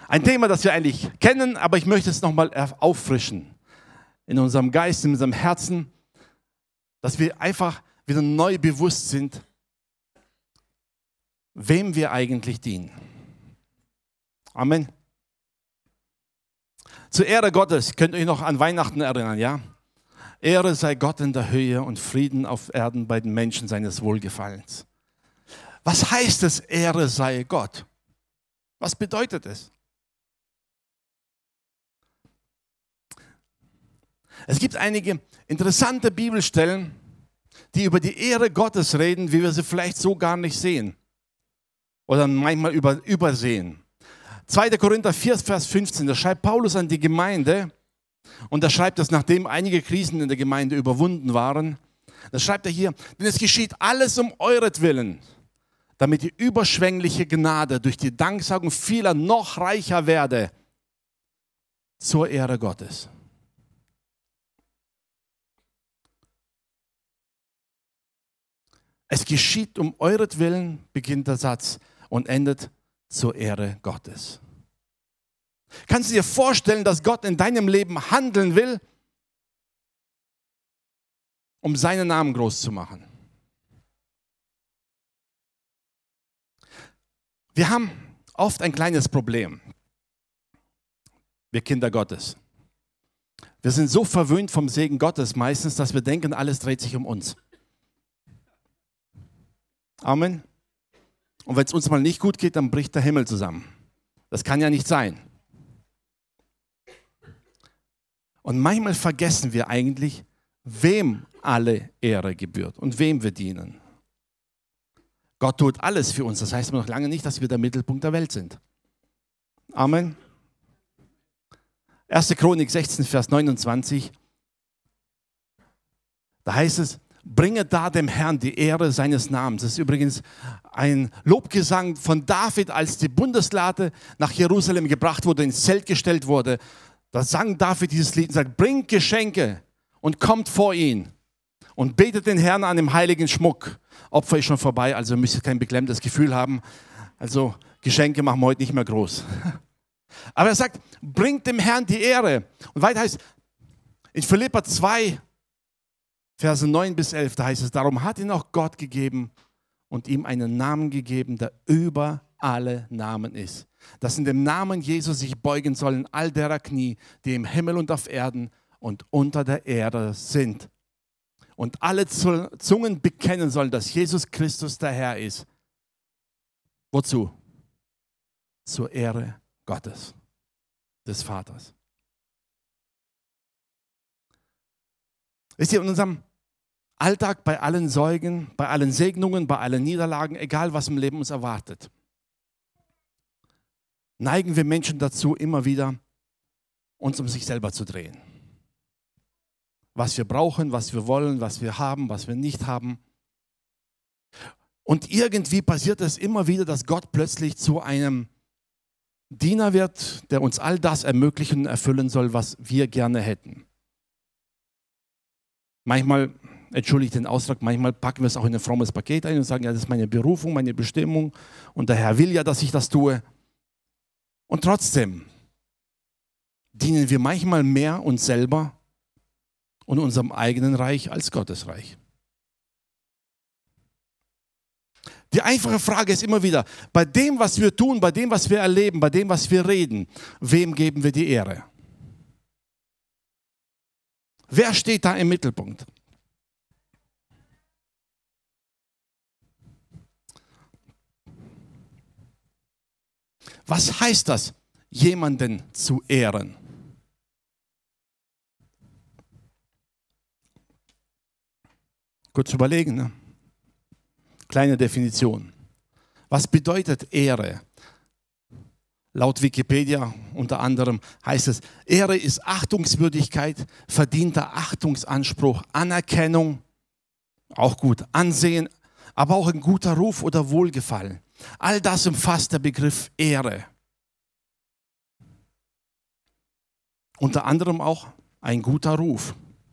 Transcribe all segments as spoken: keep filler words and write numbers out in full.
Ein Thema, das wir eigentlich kennen, aber ich möchte es nochmal auffrischen. In unserem Geist, in unserem Herzen, dass wir einfach wieder neu bewusst sind, wem wir eigentlich dienen. Amen. Zur Ehre Gottes, könnt ihr euch noch an Weihnachten erinnern, ja? Ehre sei Gott in der Höhe und Frieden auf Erden bei den Menschen seines Wohlgefallens. Was heißt es, Ehre sei Gott? Was bedeutet es? Es gibt einige interessante Bibelstellen, die über die Ehre Gottes reden, wie wir sie vielleicht so gar nicht sehen oder manchmal über, übersehen. zweiter Korinther vier, Vers fünfzehn, da schreibt Paulus an die Gemeinde, und da schreibt es, nachdem einige Krisen in der Gemeinde überwunden waren, da schreibt er hier, denn es geschieht alles um euretwillen, damit die überschwängliche Gnade durch die Danksagung vieler noch reicher werde, zur Ehre Gottes. Es geschieht um euretwillen, beginnt der Satz, und endet zur Ehre Gottes. Kannst du dir vorstellen, dass Gott in deinem Leben handeln will, um seinen Namen groß zu machen? Wir haben oft ein kleines Problem, wir Kinder Gottes. Wir sind so verwöhnt vom Segen Gottes meistens, dass wir denken, alles dreht sich um uns. Amen. Und wenn es uns mal nicht gut geht, dann bricht der Himmel zusammen. Das kann ja nicht sein. Und manchmal vergessen wir eigentlich, wem alle Ehre gebührt und wem wir dienen. Gott tut alles für uns. Das heißt noch lange nicht, dass wir der Mittelpunkt der Welt sind. Amen. erste Chronik sechzehn, Vers neunundzwanzig. Da heißt es, bringe da dem Herrn die Ehre seines Namens. Das ist übrigens ein Lobgesang von David, als die Bundeslade nach Jerusalem gebracht wurde, ins Zelt gestellt wurde. Da sang David dieses Lied und sagt, bringt Geschenke und kommt vor ihn und betet den Herrn an dem heiligen Schmuck. Opfer ist schon vorbei, also müsst ihr kein beklemmtes Gefühl haben. Also Geschenke machen wir heute nicht mehr groß. Aber er sagt, bringt dem Herrn die Ehre. Und weiter heißt, in Philipper zwei, Verse neun bis elf, da heißt es, darum hat ihn auch Gott gegeben und ihm einen Namen gegeben, der über alle Namen ist. Dass in dem Namen Jesus sich beugen sollen all derer Knie, die im Himmel und auf Erden und unter der Erde sind. Und alle Zungen bekennen sollen, dass Jesus Christus der Herr ist. Wozu? Zur Ehre Gottes, des Vaters. Wisst ihr, in unserem Alltag, bei allen Sorgen, bei allen Segnungen, bei allen Niederlagen, egal was im Leben uns erwartet, neigen wir Menschen dazu, immer wieder uns um sich selber zu drehen. Was wir brauchen, was wir wollen, was wir haben, was wir nicht haben. Und irgendwie passiert es immer wieder, dass Gott plötzlich zu einem Diener wird, der uns all das ermöglichen und erfüllen soll, was wir gerne hätten. Manchmal, entschuldigt den Ausdruck, manchmal packen wir es auch in ein frommes Paket ein und sagen, ja, das ist meine Berufung, meine Bestimmung und der Herr will ja, dass ich das tue. Und trotzdem dienen wir manchmal mehr uns selber und unserem eigenen Reich als Gottes Reich. Die einfache Frage ist immer wieder, bei dem, was wir tun, bei dem, was wir erleben, bei dem, was wir reden, wem geben wir die Ehre? Wer steht da im Mittelpunkt? Was heißt das, jemanden zu ehren? Kurz überlegen, ne? Kleine Definition. Was bedeutet Ehre? Laut Wikipedia unter anderem heißt es, Ehre ist Achtungswürdigkeit, verdienter Achtungsanspruch, Anerkennung, auch gut, Ansehen, aber auch ein guter Ruf oder Wohlgefallen. All das umfasst der Begriff Ehre. Unter anderem auch ein guter Ruf.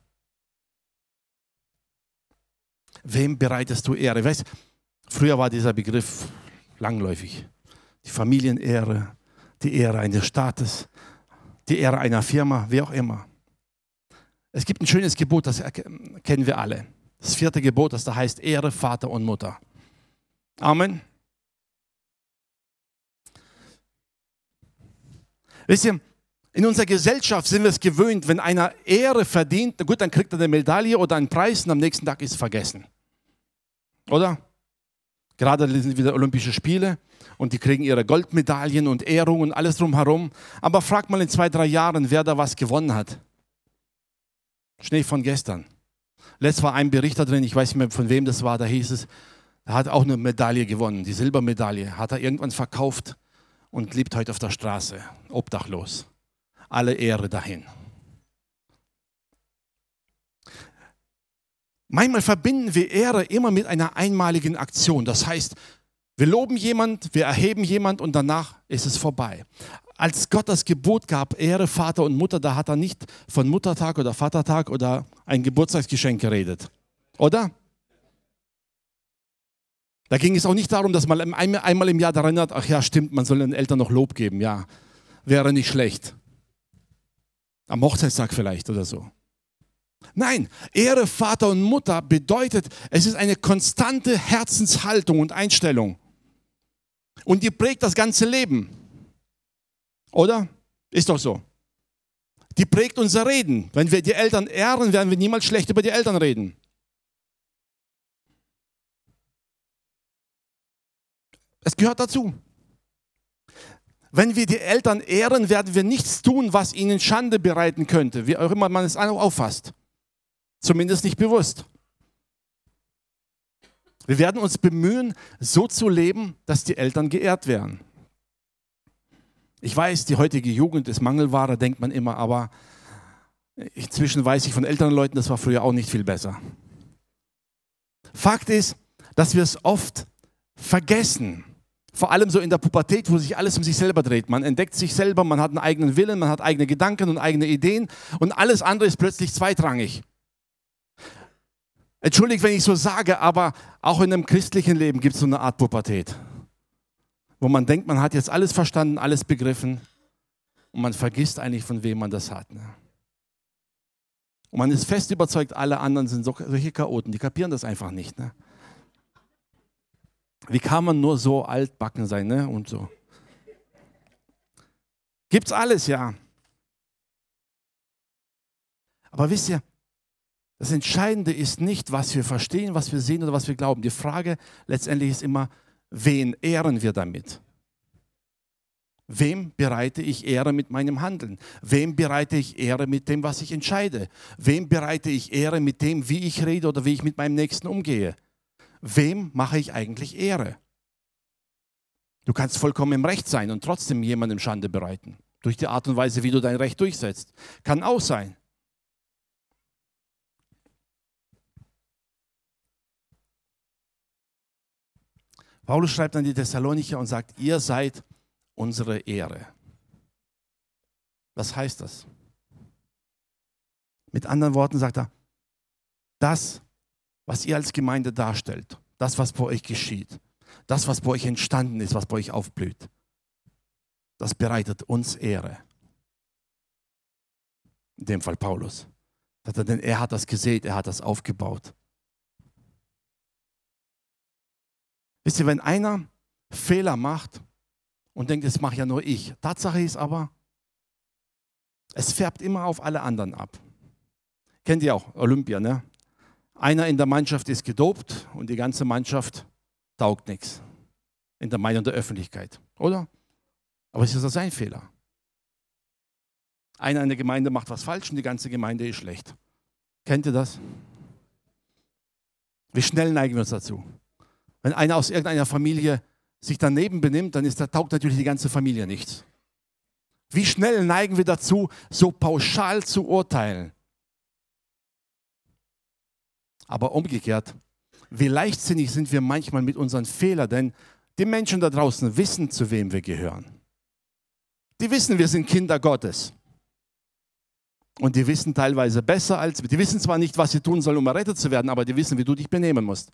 Wem bereitest du Ehre? Weißt, früher war dieser Begriff langläufig. Die Familienehre, die Ehre eines Staates, die Ehre einer Firma, wie auch immer. Es gibt ein schönes Gebot, das kennen wir alle. Das vierte Gebot, das da heißt, Ehre Vater und Mutter. Amen. Wisst ihr, in unserer Gesellschaft sind wir es gewöhnt, wenn einer Ehre verdient, gut, dann kriegt er eine Medaille oder einen Preis und am nächsten Tag ist es vergessen. Oder? Gerade sind wieder Olympische Spiele und die kriegen ihre Goldmedaillen und Ehrungen und alles drumherum. Aber frag mal in zwei, drei Jahren, wer da was gewonnen hat. Schnee von gestern. Letzt war ein Bericht da drin, ich weiß nicht mehr von wem das war, da hieß es, er hat auch eine Medaille gewonnen, die Silbermedaille, hat er irgendwann verkauft und lebt heute auf der Straße, obdachlos. Alle Ehre dahin. Manchmal verbinden wir Ehre immer mit einer einmaligen Aktion. Das heißt, wir loben jemand, wir erheben jemand und danach ist es vorbei. Als Gott das Gebot gab, Ehre Vater und Mutter, da hat er nicht von Muttertag oder Vatertag oder ein Geburtstagsgeschenk geredet. Oder? Da ging es auch nicht darum, dass man einmal im Jahr daran erinnert, ach ja, stimmt, man soll den Eltern noch Lob geben. Ja, wäre nicht schlecht. Am Hochzeitstag vielleicht oder so. Nein, Ehre Vater und Mutter bedeutet, es ist eine konstante Herzenshaltung und Einstellung. Und die prägt das ganze Leben. Oder? Ist doch so. Die prägt unser Reden. Wenn wir die Eltern ehren, werden wir niemals schlecht über die Eltern reden. Es gehört dazu. Wenn wir die Eltern ehren, werden wir nichts tun, was ihnen Schande bereiten könnte, wie auch immer man es auffasst. Zumindest nicht bewusst. Wir werden uns bemühen, so zu leben, dass die Eltern geehrt werden. Ich weiß, die heutige Jugend ist Mangelware, denkt man immer, aber inzwischen weiß ich von älteren Leuten, das war früher auch nicht viel besser. Fakt ist, dass wir es oft vergessen. Vor allem so in der Pubertät, wo sich alles um sich selber dreht. Man entdeckt sich selber, man hat einen eigenen Willen, man hat eigene Gedanken und eigene Ideen und alles andere ist plötzlich zweitrangig. Entschuldigt, wenn ich so sage, aber auch in einem christlichen Leben gibt es so eine Art Pubertät, wo man denkt, man hat jetzt alles verstanden, alles begriffen und man vergisst eigentlich, von wem man das hat. Ne? Und man ist fest überzeugt, alle anderen sind so, solche Chaoten, die kapieren das einfach nicht. Ne? Wie kann man nur so altbacken sein, ne? Und so. Gibt's alles, ja. Aber wisst ihr, das Entscheidende ist nicht, was wir verstehen, was wir sehen oder was wir glauben. Die Frage letztendlich ist immer, wen ehren wir damit? Wem bereite ich Ehre mit meinem Handeln? Wem bereite ich Ehre mit dem, was ich entscheide? Wem bereite ich Ehre mit dem, wie ich rede oder wie ich mit meinem Nächsten umgehe? Wem mache ich eigentlich Ehre? Du kannst vollkommen im Recht sein und trotzdem jemandem Schande bereiten. Durch die Art und Weise, wie du dein Recht durchsetzt. Kann auch sein. Paulus schreibt an die Thessalonicher und sagt, ihr seid unsere Ehre. Was heißt das? Mit anderen Worten sagt er, das, was ihr als Gemeinde darstellt, das, was bei euch geschieht, das, was bei euch entstanden ist, was bei euch aufblüht, das bereitet uns Ehre. In dem Fall Paulus. Denn er hat das gesät, er hat das aufgebaut. Wisst ihr, wenn einer Fehler macht und denkt, das mache ja nur ich. Tatsache ist aber, es färbt immer auf alle anderen ab. Kennt ihr auch, Olympia, ne? Einer in der Mannschaft ist gedopt und die ganze Mannschaft taugt nichts. In der Meinung der Öffentlichkeit, oder? Aber es ist ja sein Fehler. Einer in der Gemeinde macht was falsch und die ganze Gemeinde ist schlecht. Kennt ihr das? Wie schnell neigen wir uns dazu? Wenn einer aus irgendeiner Familie sich daneben benimmt, dann ist, da taugt natürlich die ganze Familie nichts. Wie schnell neigen wir dazu, so pauschal zu urteilen? Aber umgekehrt, wie leichtsinnig sind wir manchmal mit unseren Fehlern, denn die Menschen da draußen wissen, zu wem wir gehören. Die wissen, wir sind Kinder Gottes. Und die wissen teilweise besser als wir. Die wissen zwar nicht, was sie tun sollen, um errettet zu werden, aber die wissen, wie du dich benehmen musst.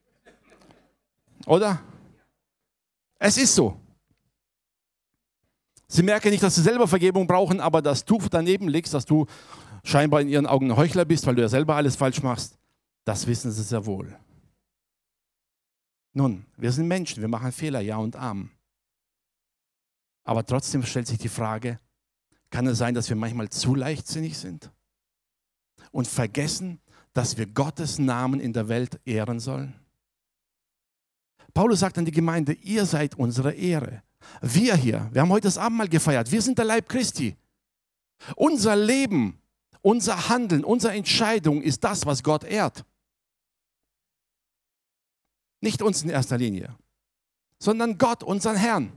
Oder? Es ist so. Sie merken nicht, dass sie selber Vergebung brauchen, aber dass du daneben liegst, dass du scheinbar in ihren Augen ein Heuchler bist, weil du ja selber alles falsch machst, das wissen sie sehr wohl. Nun, wir sind Menschen, wir machen Fehler, ja und Amen. Aber trotzdem stellt sich die Frage, kann es sein, dass wir manchmal zu leichtsinnig sind und vergessen, dass wir Gottes Namen in der Welt ehren sollen? Paulus sagt an die Gemeinde, ihr seid unsere Ehre. Wir hier, wir haben heute das Abendmahl gefeiert, wir sind der Leib Christi. Unser Leben, unser Handeln, unsere Entscheidung ist das, was Gott ehrt. Nicht uns in erster Linie, sondern Gott, unseren Herrn.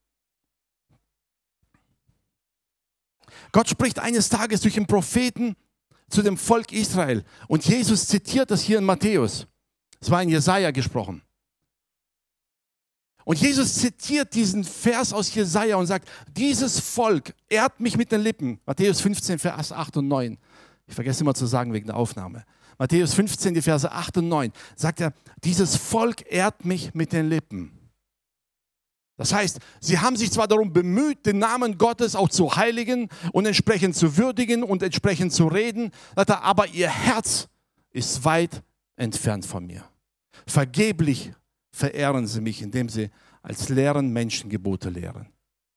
Gott spricht eines Tages durch den Propheten zu dem Volk Israel. Und Jesus zitiert das hier in Matthäus. Es war in Jesaja gesprochen. Und Jesus zitiert diesen Vers aus Jesaja und sagt, dieses Volk ehrt mich mit den Lippen. Matthäus fünfzehn, Vers acht und neun. Ich vergesse immer zu sagen wegen der Aufnahme. Matthäus fünfzehn, die Verse acht und neun. Sagt er, dieses Volk ehrt mich mit den Lippen. Das heißt, sie haben sich zwar darum bemüht, den Namen Gottes auch zu heiligen und entsprechend zu würdigen und entsprechend zu reden, aber ihr Herz ist weit entfernt von mir. Vergeblich verehren sie mich, indem sie als leeren Menschen Gebote lehren.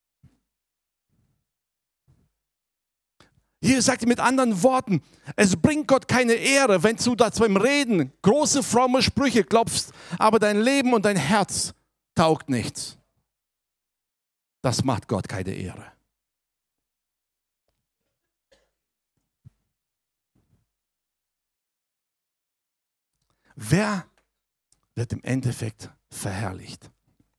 Hier sagt er mit anderen Worten, es bringt Gott keine Ehre, wenn du da beim Reden große, fromme Sprüche klopfst, aber dein Leben und dein Herz taugt nichts. Das macht Gott keine Ehre. Wer wird im Endeffekt verherrlicht?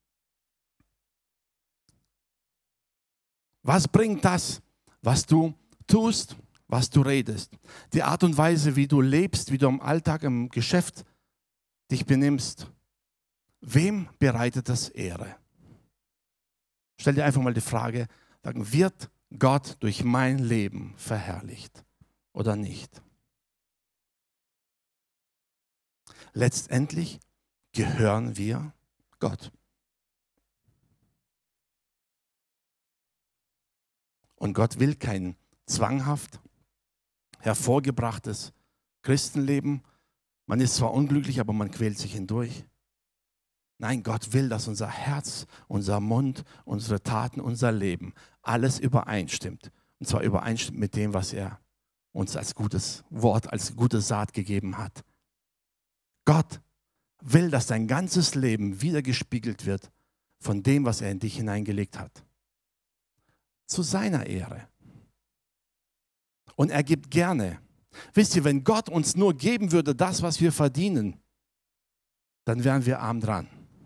Was bringt das, was du tust, was du redest? Die Art und Weise, wie du lebst, wie du im Alltag, im Geschäft dich benimmst. Wem bereitet das Ehre? Stell dir einfach mal die Frage, wird Gott durch mein Leben verherrlicht oder nicht? Letztendlich gehören wir Gott. Und Gott will kein zwanghaft hervorgebrachtes Christenleben. Man ist zwar unglücklich, aber man quält sich hindurch. Nein, Gott will, dass unser Herz, unser Mund, unsere Taten, unser Leben, alles übereinstimmt. Und zwar übereinstimmt mit dem, was er uns als gutes Wort, als gute Saat gegeben hat. Gott will, dass dein ganzes Leben wiedergespiegelt wird von dem, was er in dich hineingelegt hat. Zu seiner Ehre. Und er gibt gerne. Wisst ihr, wenn Gott uns nur geben würde, das, was wir verdienen, dann wären wir arm dran.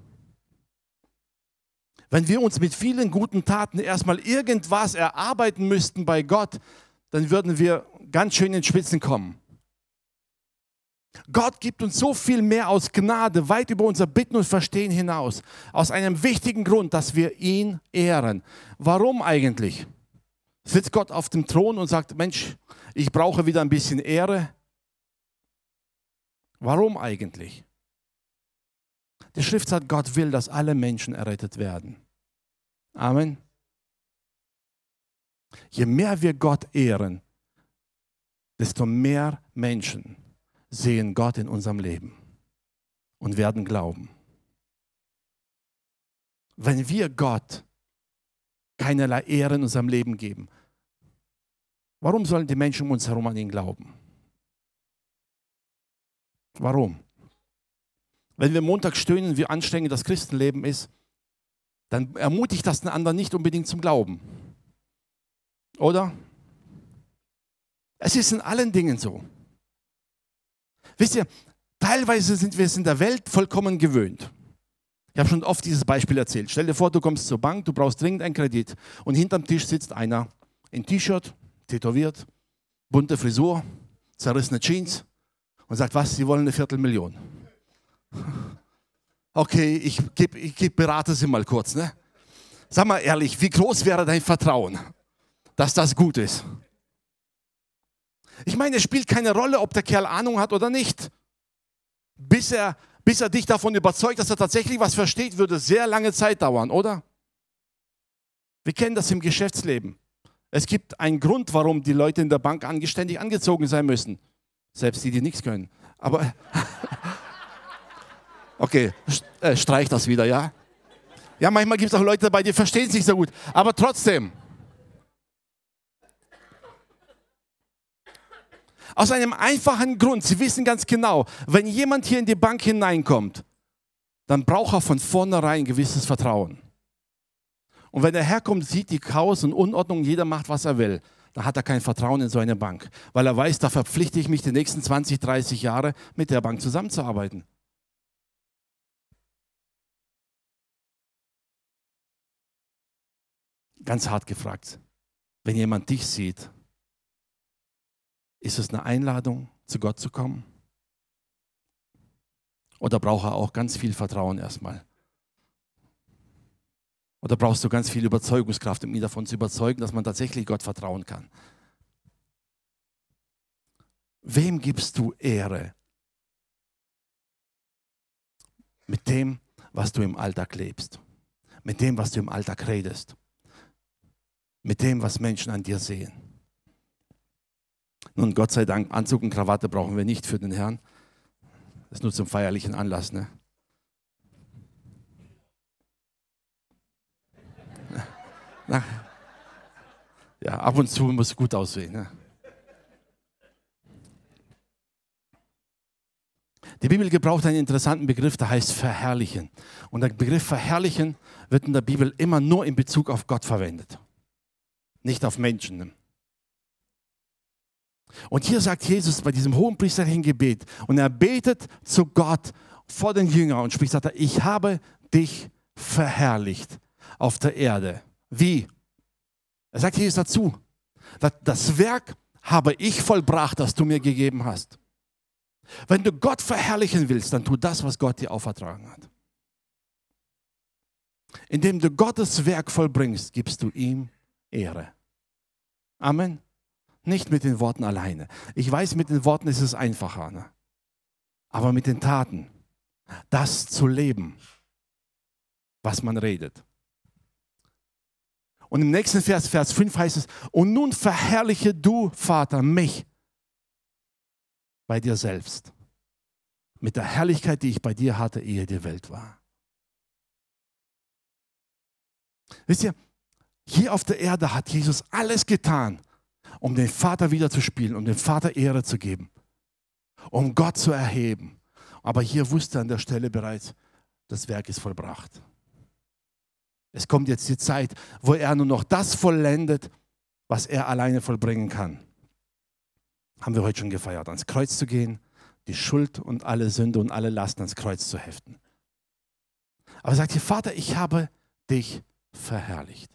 Wenn wir uns mit vielen guten Taten erstmal irgendwas erarbeiten müssten bei Gott, dann würden wir ganz schön in Spitzen kommen. Gott gibt uns so viel mehr aus Gnade, weit über unser Bitten und Verstehen hinaus. Aus einem wichtigen Grund, dass wir ihn ehren. Warum eigentlich? Sitzt Gott auf dem Thron und sagt, Mensch, ich brauche wieder ein bisschen Ehre? Warum eigentlich? Die Schrift sagt, Gott will, dass alle Menschen errettet werden. Amen. Je mehr wir Gott ehren, desto mehr Menschen sehen Gott in unserem Leben und werden glauben. Wenn wir Gott keinerlei Ehre in unserem Leben geben, warum sollen die Menschen um uns herum an ihn glauben? Warum? Wenn wir Montag stöhnen, wie anstrengend das Christenleben ist, dann ermutigt das den anderen nicht unbedingt zum Glauben. Oder? Es ist in allen Dingen so. Wisst ihr, teilweise sind wir es in der Welt vollkommen gewöhnt. Ich habe schon oft dieses Beispiel erzählt. Stell dir vor, du kommst zur Bank, du brauchst dringend einen Kredit und hinterm Tisch sitzt einer in T-Shirt, tätowiert, bunte Frisur, zerrissene Jeans und sagt, was, Sie wollen eine Viertelmillion. Okay, ich, geb, ich geb, berate Sie mal kurz. Ne? Sag mal ehrlich, wie groß wäre dein Vertrauen, dass das gut ist? Ich meine, es spielt keine Rolle, ob der Kerl Ahnung hat oder nicht. Bis er, bis er dich davon überzeugt, dass er tatsächlich was versteht, würde sehr lange Zeit dauern, oder? Wir kennen das im Geschäftsleben. Es gibt einen Grund, warum die Leute in der Bank anständig angezogen sein müssen. Selbst die, die nichts können. Aber, okay, äh, streich das wieder, ja? Ja, manchmal gibt es auch Leute dabei, die verstehen es nicht so gut. Aber trotzdem. Aus einem einfachen Grund. Sie wissen ganz genau, wenn jemand hier in die Bank hineinkommt, dann braucht er von vornherein ein gewisses Vertrauen. Und wenn er herkommt, sieht die Chaos und Unordnung, jeder macht, was er will, dann hat er kein Vertrauen in so eine Bank. Weil er weiß, da verpflichte ich mich die nächsten zwanzig, dreißig Jahre mit der Bank zusammenzuarbeiten. Ganz hart gefragt, wenn jemand dich sieht, ist es eine Einladung, zu Gott zu kommen? Oder braucht er auch ganz viel Vertrauen erstmal? Oder brauchst du ganz viel Überzeugungskraft, um ihn davon zu überzeugen, dass man tatsächlich Gott vertrauen kann? Wem gibst du Ehre? Mit dem, was du im Alltag lebst. Mit dem, was du im Alltag redest. Mit dem, was Menschen an dir sehen. Nun, Gott sei Dank, Anzug und Krawatte brauchen wir nicht für den Herrn. Das ist nur zum feierlichen Anlass, ne? Na, ja, ab und zu muss es gut aussehen. Ne? Die Bibel gebraucht einen interessanten Begriff, der heißt verherrlichen. Und der Begriff verherrlichen wird in der Bibel immer nur in Bezug auf Gott verwendet, nicht auf Menschen. Und hier sagt Jesus bei diesem hohenpriesterlichen Gebet, und er betet zu Gott vor den Jüngern und spricht, sagt er, ich habe dich verherrlicht auf der Erde. Wie? Er sagt Jesus dazu, das Werk habe ich vollbracht, das du mir gegeben hast. Wenn du Gott verherrlichen willst, dann tu das, was Gott dir aufgetragen hat. Indem du Gottes Werk vollbringst, gibst du ihm Ehre. Amen. Nicht mit den Worten alleine. Ich weiß, mit den Worten ist es einfacher. Ne? Aber mit den Taten, das zu leben, was man redet. Und im nächsten Vers, Vers fünf heißt es, und nun verherrliche du, Vater, mich bei dir selbst. Mit der Herrlichkeit, die ich bei dir hatte, ehe die Welt war. Wisst ihr, hier auf der Erde hat Jesus alles getan, um den Vater wieder zu spielen, um dem Vater Ehre zu geben, um Gott zu erheben. Aber hier wusste er an der Stelle bereits, das Werk ist vollbracht. Es kommt jetzt die Zeit, wo er nur noch das vollendet, was er alleine vollbringen kann. Haben wir heute schon gefeiert, ans Kreuz zu gehen, die Schuld und alle Sünde und alle Lasten ans Kreuz zu heften. Aber er sagt hier, Vater, ich habe dich verherrlicht.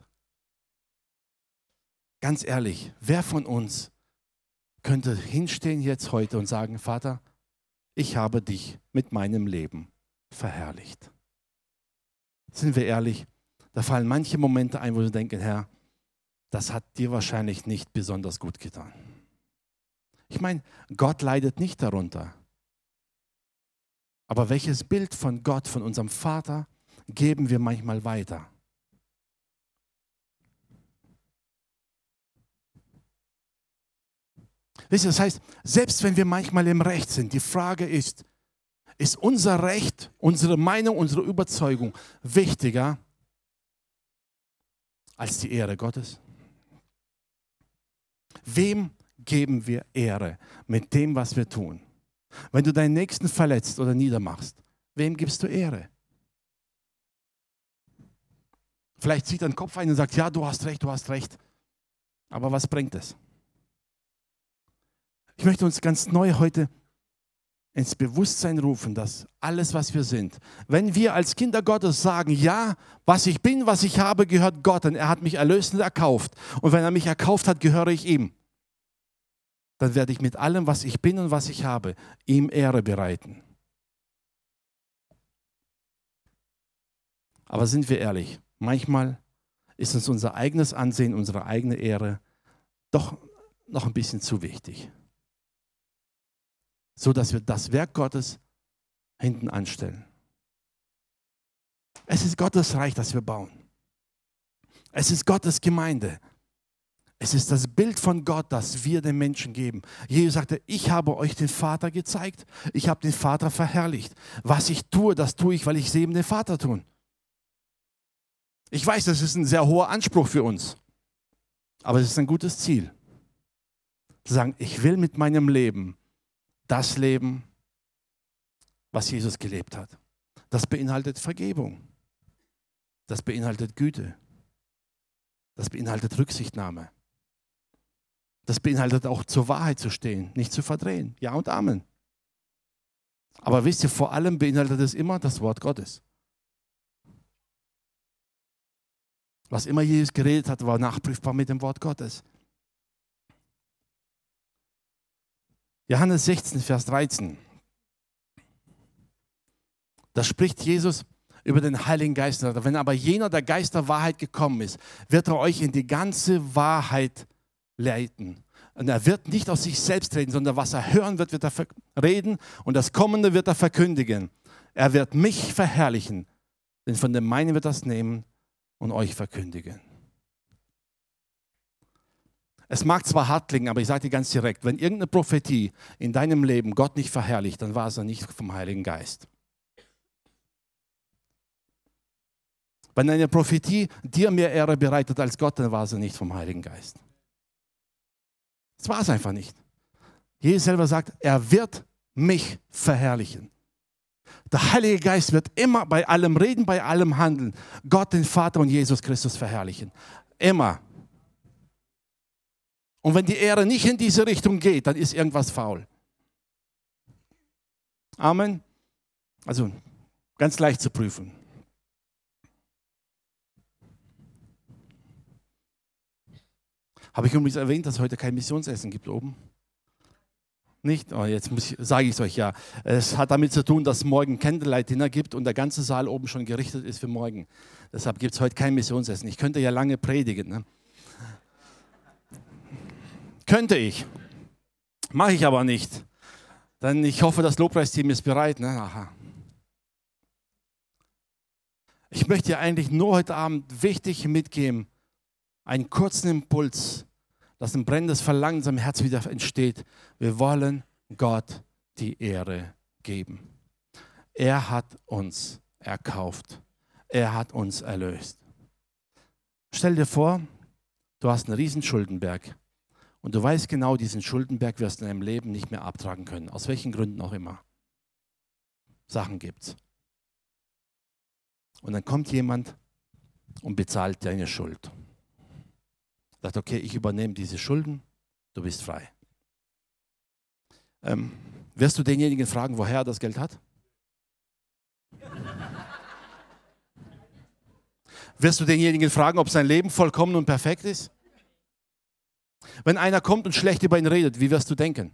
Ganz ehrlich, wer von uns könnte hinstehen jetzt heute und sagen, Vater, ich habe dich mit meinem Leben verherrlicht? Sind wir ehrlich, da fallen manche Momente ein, wo wir denken, Herr, das hat dir wahrscheinlich nicht besonders gut getan. Ich meine, Gott leidet nicht darunter. Aber welches Bild von Gott, von unserem Vater, geben wir manchmal weiter? Wisst ihr, das heißt, selbst wenn wir manchmal im Recht sind, die Frage ist, ist unser Recht, unsere Meinung, unsere Überzeugung wichtiger als die Ehre Gottes? Wem geben wir Ehre mit dem, was wir tun? Wenn du deinen Nächsten verletzt oder niedermachst, wem gibst du Ehre? Vielleicht zieht dein Kopf ein und sagt, ja, du hast recht, du hast recht. Aber was bringt es? Ich möchte uns ganz neu heute ins Bewusstsein rufen, dass alles, was wir sind, wenn wir als Kinder Gottes sagen, ja, was ich bin, was ich habe, gehört Gott, denn er hat mich erlöst und erkauft. Und wenn er mich erkauft hat, gehöre ich ihm. Dann werde ich mit allem, was ich bin und was ich habe, ihm Ehre bereiten. Aber sind wir ehrlich, manchmal ist uns unser eigenes Ansehen, unsere eigene Ehre doch noch ein bisschen zu wichtig. So dass wir das Werk Gottes hinten anstellen. Es ist Gottes Reich, das wir bauen. Es ist Gottes Gemeinde. Es ist das Bild von Gott, das wir den Menschen geben. Jesus sagte, ich habe euch den Vater gezeigt. Ich habe den Vater verherrlicht. Was ich tue, das tue ich, weil ich sehe den Vater tun. Ich weiß, das ist ein sehr hoher Anspruch für uns. Aber es ist ein gutes Ziel. Zu sagen, ich will mit meinem Leben das leben, was Jesus gelebt hat. Das beinhaltet Vergebung. Das beinhaltet Güte. Das beinhaltet Rücksichtnahme. Das beinhaltet auch zur Wahrheit zu stehen, nicht zu verdrehen. Ja und Amen. Aber wisst ihr, vor allem beinhaltet es immer das Wort Gottes. Was immer Jesus geredet hat, war nachprüfbar mit dem Wort Gottes. Johannes sechzehn, Vers dreizehn. Da spricht Jesus über den Heiligen Geist. Wenn aber jener, der Geist der Wahrheit gekommen ist, wird er euch in die ganze Wahrheit leiten. Und er wird nicht aus sich selbst reden, sondern was er hören wird, wird er reden und das Kommende wird er verkündigen. Er wird mich verherrlichen, denn von dem meinen wird er es nehmen und euch verkündigen. Es mag zwar hart klingen, aber ich sage dir ganz direkt, wenn irgendeine Prophetie in deinem Leben Gott nicht verherrlicht, dann war es ja nicht vom Heiligen Geist. Wenn eine Prophetie dir mehr Ehre bereitet als Gott, dann war sie nicht vom Heiligen Geist. Das war es einfach nicht. Jesus selber sagt, er wird mich verherrlichen. Der Heilige Geist wird immer bei allem Reden, bei allem Handeln, Gott, den Vater und Jesus Christus verherrlichen. Immer. Und wenn die Ehre nicht in diese Richtung geht, dann ist irgendwas faul. Amen. Also ganz leicht zu prüfen. Habe ich übrigens erwähnt, dass es heute kein Missionsessen gibt oben? Nicht? Oh, jetzt muss ich, sage ich es euch ja. Es hat damit zu tun, dass es morgen Candlelight Dinner gibt und der ganze Saal oben schon gerichtet ist für morgen. Deshalb gibt es heute kein Missionsessen. Ich könnte ja lange predigen. Ne? Könnte ich. Mache ich aber nicht. Denn ich hoffe, das Lobpreisteam ist bereit. Ne? Aha. Ich möchte dir eigentlich nur heute Abend wichtig mitgeben, einen kurzen Impuls, dass ein brennendes Verlangen in seinem Herz wieder entsteht. Wir wollen Gott die Ehre geben. Er hat uns erkauft. Er hat uns erlöst. Stell dir vor, du hast einen riesen Schuldenberg und du weißt genau, diesen Schuldenberg wirst du in deinem Leben nicht mehr abtragen können. Aus welchen Gründen auch immer. Sachen gibt's. Und dann kommt jemand und bezahlt deine Schuld. Sagt, okay, ich übernehme diese Schulden, du bist frei. Ähm, wirst du denjenigen fragen, woher er das Geld hat? Wirst du denjenigen fragen, ob sein Leben vollkommen und perfekt ist? Wenn einer kommt und schlecht über ihn redet, wie wirst du denken?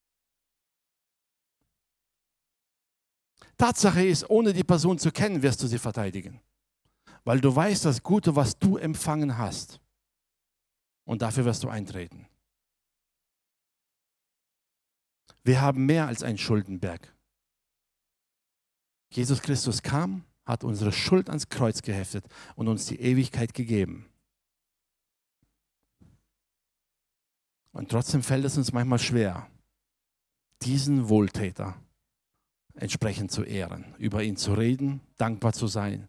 Tatsache ist, ohne die Person zu kennen, wirst du sie verteidigen. Weil du weißt, das Gute, was du empfangen hast. Und dafür wirst du eintreten. Wir haben mehr als einen Schuldenberg. Jesus Christus kam, hat unsere Schuld ans Kreuz geheftet und uns die Ewigkeit gegeben. Und trotzdem fällt es uns manchmal schwer, diesen Wohltäter entsprechend zu ehren, über ihn zu reden, dankbar zu sein.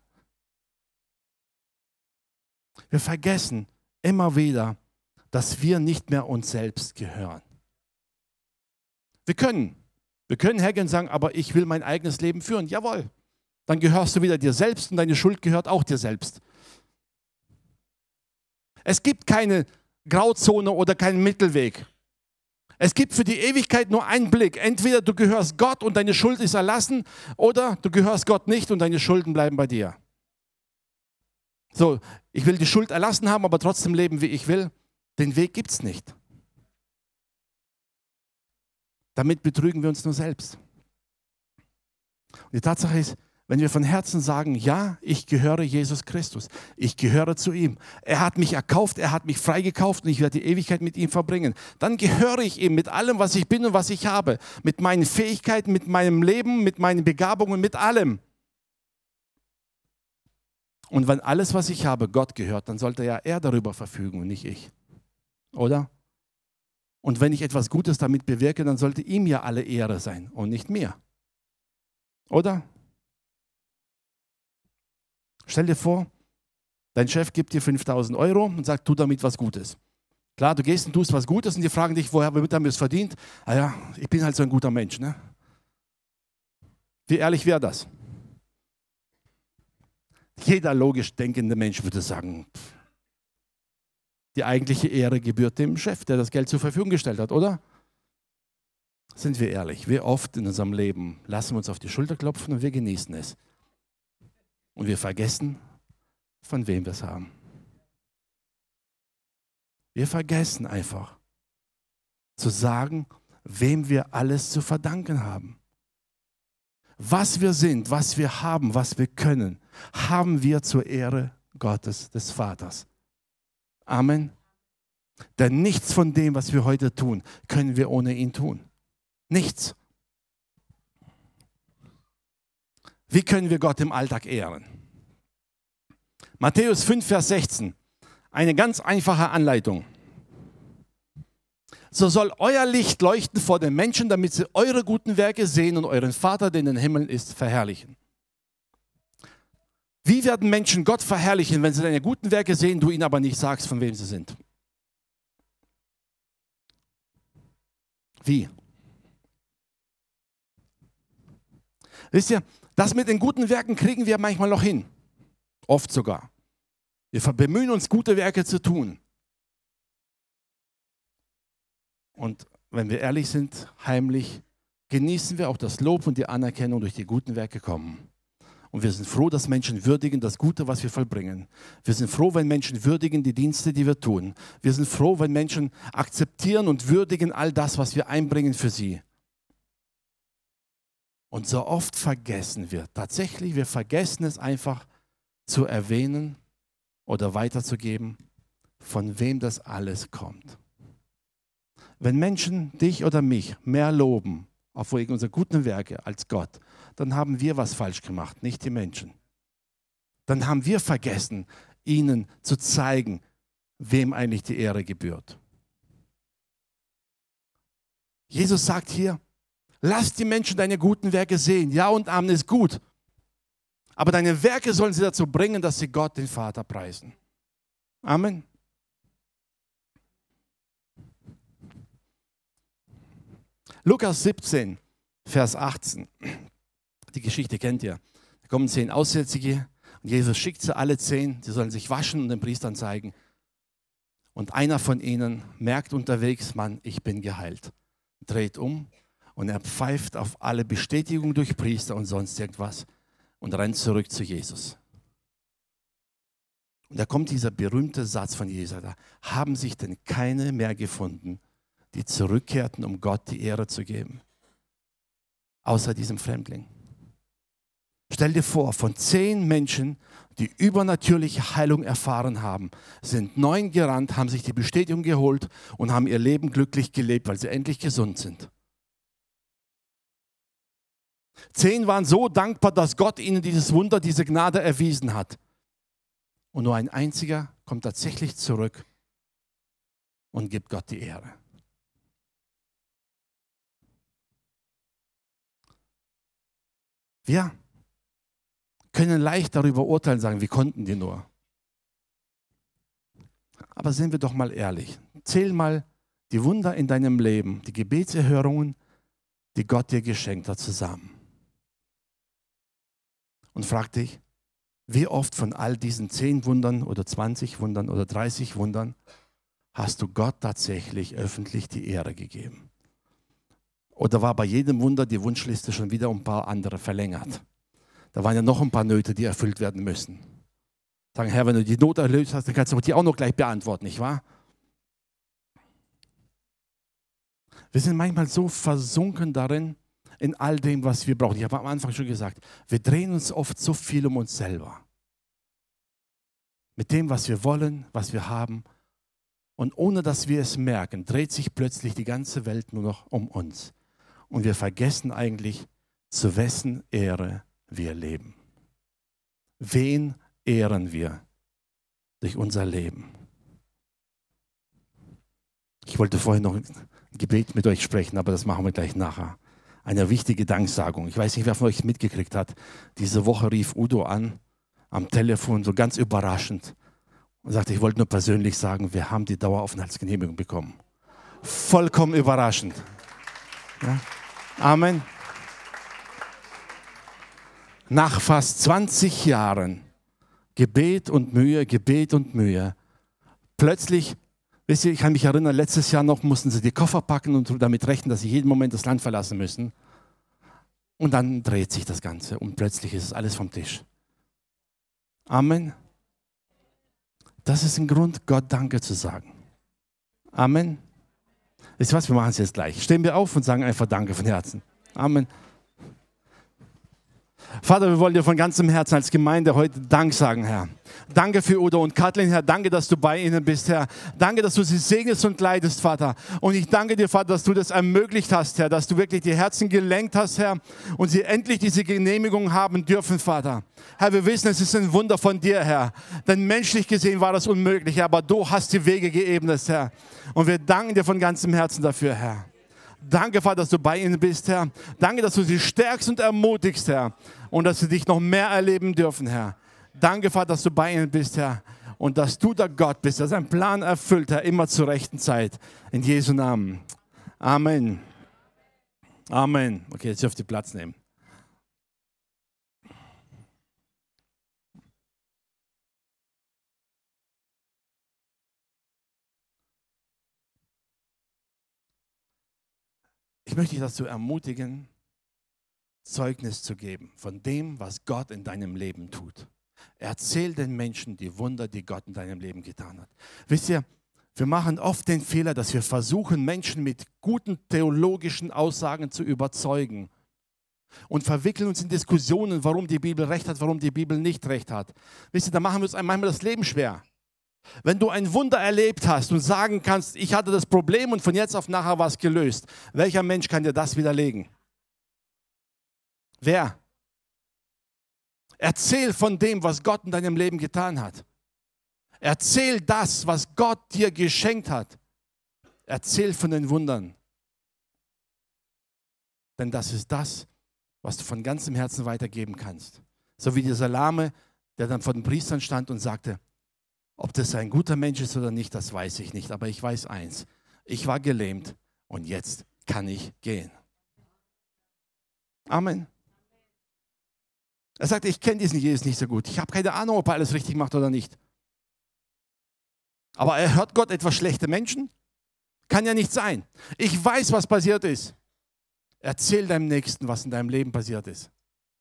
Wir vergessen immer wieder, dass wir nicht mehr uns selbst gehören. Wir können. Wir können hergehen und sagen, aber ich will mein eigenes Leben führen. Jawohl. Dann gehörst du wieder dir selbst und deine Schuld gehört auch dir selbst. Es gibt keine Grauzone oder keinen Mittelweg. Es gibt für die Ewigkeit nur einen Blick. Entweder du gehörst Gott und deine Schuld ist erlassen oder du gehörst Gott nicht und deine Schulden bleiben bei dir. So, ich will die Schuld erlassen haben, aber trotzdem leben, wie ich will. Den Weg gibt es nicht. Damit betrügen wir uns nur selbst. Und die Tatsache ist, wenn wir von Herzen sagen, ja, ich gehöre Jesus Christus, ich gehöre zu ihm, er hat mich erkauft, er hat mich freigekauft und ich werde die Ewigkeit mit ihm verbringen, dann gehöre ich ihm mit allem, was ich bin und was ich habe, mit meinen Fähigkeiten, mit meinem Leben, mit meinen Begabungen, mit allem. Und wenn alles, was ich habe, Gott gehört, dann sollte ja er darüber verfügen und nicht ich. Oder? Und wenn ich etwas Gutes damit bewirke, dann sollte ihm ja alle Ehre sein und nicht mir. Oder? Stell dir vor, dein Chef gibt dir fünftausend Euro und sagt, tu damit was Gutes. Klar, du gehst und tust was Gutes und die fragen dich, woher haben wir es verdient? Ah ja, ich bin halt so ein guter Mensch. Ne? Wie ehrlich wäre das? Jeder logisch denkende Mensch würde sagen, pff, die eigentliche Ehre gebührt dem Chef, der das Geld zur Verfügung gestellt hat, oder? Sind wir ehrlich, wie oft in unserem Leben lassen wir uns auf die Schulter klopfen und wir genießen es. Und wir vergessen, von wem wir es haben. Wir vergessen einfach zu sagen, wem wir alles zu verdanken haben. Was wir sind, was wir haben, was wir können, haben wir zur Ehre Gottes, des Vaters. Amen. Denn nichts von dem, was wir heute tun, können wir ohne ihn tun. Nichts. Wie können wir Gott im Alltag ehren? Matthäus fünf, Vers sechzehn. Eine ganz einfache Anleitung. So soll euer Licht leuchten vor den Menschen, damit sie eure guten Werke sehen und euren Vater, der in den Himmeln ist, verherrlichen. Wie werden Menschen Gott verherrlichen, wenn sie deine guten Werke sehen, du ihnen aber nicht sagst, von wem sie sind? Wie? Wisst ihr, das mit den guten Werken kriegen wir manchmal noch hin. Oft sogar. Wir bemühen uns, gute Werke zu tun. Und wenn wir ehrlich sind, heimlich genießen wir auch das Lob und die Anerkennung durch die guten Werke kommen. Und wir sind froh, dass Menschen würdigen das Gute, was wir vollbringen. Wir sind froh, wenn Menschen würdigen die Dienste, die wir tun. Wir sind froh, wenn Menschen akzeptieren und würdigen all das, was wir einbringen für sie. Und so oft vergessen wir, tatsächlich, wir vergessen es einfach zu erwähnen oder weiterzugeben, von wem das alles kommt. Wenn Menschen dich oder mich mehr loben, auf wegen unserer guten Werke als Gott, dann haben wir was falsch gemacht, nicht die Menschen. Dann haben wir vergessen, ihnen zu zeigen, wem eigentlich die Ehre gebührt. Jesus sagt hier, lass die Menschen deine guten Werke sehen. Ja und Amen ist gut. Aber deine Werke sollen sie dazu bringen, dass sie Gott, den Vater, preisen. Amen. Lukas siebzehn, Vers achtzehn. Die Geschichte kennt ihr. Da kommen zehn Aussätzige und Jesus schickt sie alle zehn. Sie sollen sich waschen und den Priestern zeigen. Und einer von ihnen merkt unterwegs, Mann, ich bin geheilt. Dreht um und er pfeift auf alle Bestätigung durch Priester und sonst irgendwas und rennt zurück zu Jesus. Und da kommt dieser berühmte Satz von Jesus. Da haben sich denn keine mehr gefunden, die zurückkehrten, um Gott die Ehre zu geben. Außer diesem Fremdling. Stell dir vor, von zehn Menschen, die übernatürliche Heilung erfahren haben, sind neun gerannt, haben sich die Bestätigung geholt und haben ihr Leben glücklich gelebt, weil sie endlich gesund sind. Zehn waren so dankbar, dass Gott ihnen dieses Wunder, diese Gnade erwiesen hat. Und nur ein einziger kommt tatsächlich zurück und gibt Gott die Ehre. Wir können leicht darüber urteilen, sagen, wie konnten die nur. Aber sind wir doch mal ehrlich. Zähl mal die Wunder in deinem Leben, die Gebetserhörungen, die Gott dir geschenkt hat, zusammen. Und frag dich, wie oft von all diesen zehn Wundern oder zwanzig Wundern oder dreißig Wundern hast du Gott tatsächlich öffentlich die Ehre gegeben? Oder war bei jedem Wunder die Wunschliste schon wieder um ein paar andere verlängert? Da waren ja noch ein paar Nöte, die erfüllt werden müssen. Sagen, Herr, wenn du die Not erlöst hast, dann kannst du die auch noch gleich beantworten, nicht wahr? Wir sind manchmal so versunken darin, in all dem, was wir brauchen. Ich habe am Anfang schon gesagt, wir drehen uns oft so viel um uns selber. Mit dem, was wir wollen, was wir haben. Und ohne dass wir es merken, dreht sich plötzlich die ganze Welt nur noch um uns. Und wir vergessen eigentlich, zu wessen Ehre wir leben. Wen ehren wir durch unser Leben. Ich wollte vorhin noch ein Gebet mit euch sprechen, aber das machen wir gleich nachher. Eine wichtige Danksagung. Ich weiß nicht, wer von euch mitgekriegt hat. Diese Woche rief Udo an, am Telefon, so ganz überraschend, und sagte, ich wollte nur persönlich sagen, wir haben die Daueraufenthaltsgenehmigung bekommen. Vollkommen überraschend. Ja? Amen. Nach fast zwanzig Jahren Gebet und Mühe, Gebet und Mühe, plötzlich, wisst ihr, ich kann mich erinnern, letztes Jahr noch mussten sie die Koffer packen und damit rechnen, dass sie jeden Moment das Land verlassen müssen. Und dann dreht sich das Ganze und plötzlich ist es alles vom Tisch. Amen. Das ist ein Grund, Gott Danke zu sagen. Amen. Wisst ihr was, wir machen es jetzt gleich. Stehen wir auf und sagen einfach Danke von Herzen. Amen. Vater, wir wollen dir von ganzem Herzen als Gemeinde heute Dank sagen, Herr. Danke für Udo und Kathleen, Herr. Danke, dass du bei ihnen bist, Herr. Danke, dass du sie segnest und leitest, Vater. Und ich danke dir, Vater, dass du das ermöglicht hast, Herr. Dass du wirklich die Herzen gelenkt hast, Herr. Und sie endlich diese Genehmigung haben dürfen, Vater. Herr, wir wissen, es ist ein Wunder von dir, Herr. Denn menschlich gesehen war das unmöglich, Herr. Aber du hast die Wege geebnet, Herr. Und wir danken dir von ganzem Herzen dafür, Herr. Danke, Vater, dass du bei ihnen bist, Herr. Danke, dass du sie stärkst und ermutigst, Herr. Und dass sie dich noch mehr erleben dürfen, Herr. Danke, Vater, dass du bei ihnen bist, Herr. Und dass du der Gott bist, der seinen Plan erfüllt, Herr, immer zur rechten Zeit. In Jesu Namen. Amen. Amen. Okay, jetzt dürft ihr Platz nehmen. Ich möchte dich dazu ermutigen, Zeugnis zu geben von dem, was Gott in deinem Leben tut. Erzähl den Menschen die Wunder, die Gott in deinem Leben getan hat. Wisst ihr, wir machen oft den Fehler, dass wir versuchen, Menschen mit guten theologischen Aussagen zu überzeugen und verwickeln uns in Diskussionen, warum die Bibel recht hat, warum die Bibel nicht recht hat. Wisst ihr, da machen wir uns manchmal das Leben schwer. Wenn du ein Wunder erlebt hast und sagen kannst, ich hatte das Problem und von jetzt auf nachher war es gelöst, welcher Mensch kann dir das widerlegen? Wer? Erzähl von dem, was Gott in deinem Leben getan hat. Erzähl das, was Gott dir geschenkt hat. Erzähl von den Wundern. Denn das ist das, was du von ganzem Herzen weitergeben kannst. So wie dieser Lahme, der dann vor den Priestern stand und sagte, ob das ein guter Mensch ist oder nicht, das weiß ich nicht. Aber ich weiß eins, ich war gelähmt und jetzt kann ich gehen. Amen. Er sagte, ich kenne diesen Jesus nicht so gut. Ich habe keine Ahnung, ob er alles richtig macht oder nicht. Aber er hört Gott etwas schlechte Menschen? Kann ja nicht sein. Ich weiß, was passiert ist. Erzähl deinem Nächsten, was in deinem Leben passiert ist.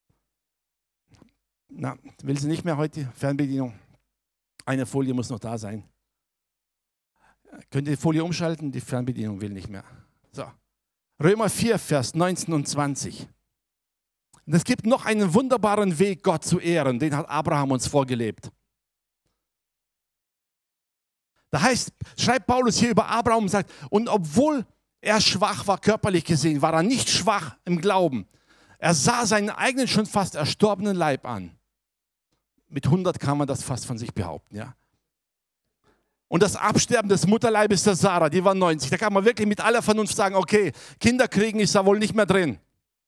Na, will sie nicht mehr heute? Fernbedienung. Eine Folie muss noch da sein. Könnt ihr die Folie umschalten? Die Fernbedienung will nicht mehr. So. Römer vier, Vers neunzehn und zwanzig. Und es gibt noch einen wunderbaren Weg, Gott zu ehren. Den hat Abraham uns vorgelebt. Da heißt, schreibt Paulus hier über Abraham und sagt, und obwohl er schwach war, körperlich gesehen, war er nicht schwach im Glauben. Er sah seinen eigenen schon fast erstorbenen Leib an. Mit hundert kann man das fast von sich behaupten, ja. Und das Absterben des Mutterleibes der Sarah, die war neunzig. Da kann man wirklich mit aller Vernunft sagen, okay, Kinder kriegen ist da wohl nicht mehr drin.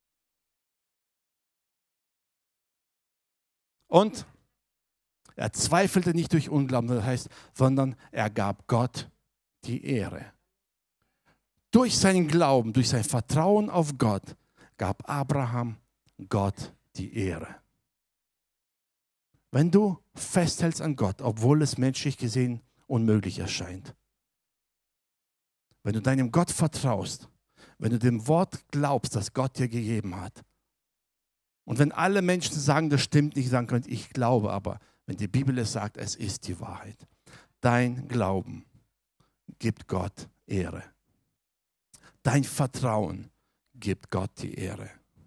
Und er zweifelte nicht durch Unglauben, das heißt, sondern er gab Gott die Ehre. Durch seinen Glauben, durch sein Vertrauen auf Gott, gab Abraham Gott die Ehre. Wenn du festhältst an Gott, obwohl es menschlich gesehen unmöglich erscheint. Wenn du deinem Gott vertraust, wenn du dem Wort glaubst, das Gott dir gegeben hat. Und wenn alle Menschen sagen, das stimmt nicht, sagen können, ich glaube aber, wenn die Bibel es sagt, es ist die Wahrheit. Dein Glauben gibt Gott Ehre. Dein Vertrauen gibt Gott die Ehre.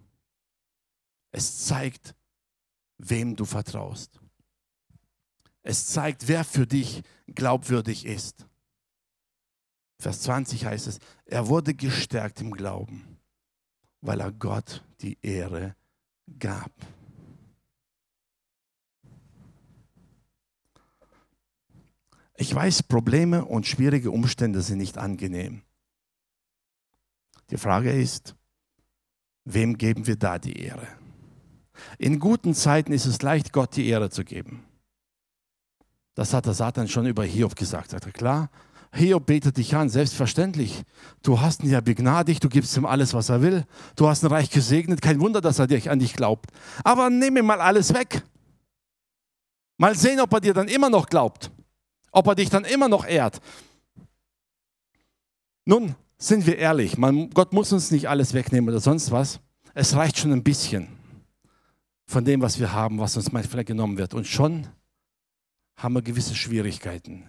Es zeigt, wem du vertraust. Es zeigt, wer für dich glaubwürdig ist. Vers zwanzig heißt es, er wurde gestärkt im Glauben, weil er Gott die Ehre gab. Ich weiß, Probleme und schwierige Umstände sind nicht angenehm. Die Frage ist, wem geben wir da die Ehre? In guten Zeiten ist es leicht, Gott die Ehre zu geben. Das hat der Satan schon über Hiob gesagt. Sagt er, klar, Hiob betet dich an, selbstverständlich. Du hast ihn ja begnadigt, du gibst ihm alles, was er will. Du hast ihn reich gesegnet, kein Wunder, dass er dich, an dich glaubt. Aber nimm ihm mal alles weg. Mal sehen, ob er dir dann immer noch glaubt. Ob er dich dann immer noch ehrt. Nun, sind wir ehrlich, man, Gott muss uns nicht alles wegnehmen oder sonst was. Es reicht schon ein bisschen von dem, was wir haben, was uns manchmal genommen wird. Und schon haben wir gewisse Schwierigkeiten.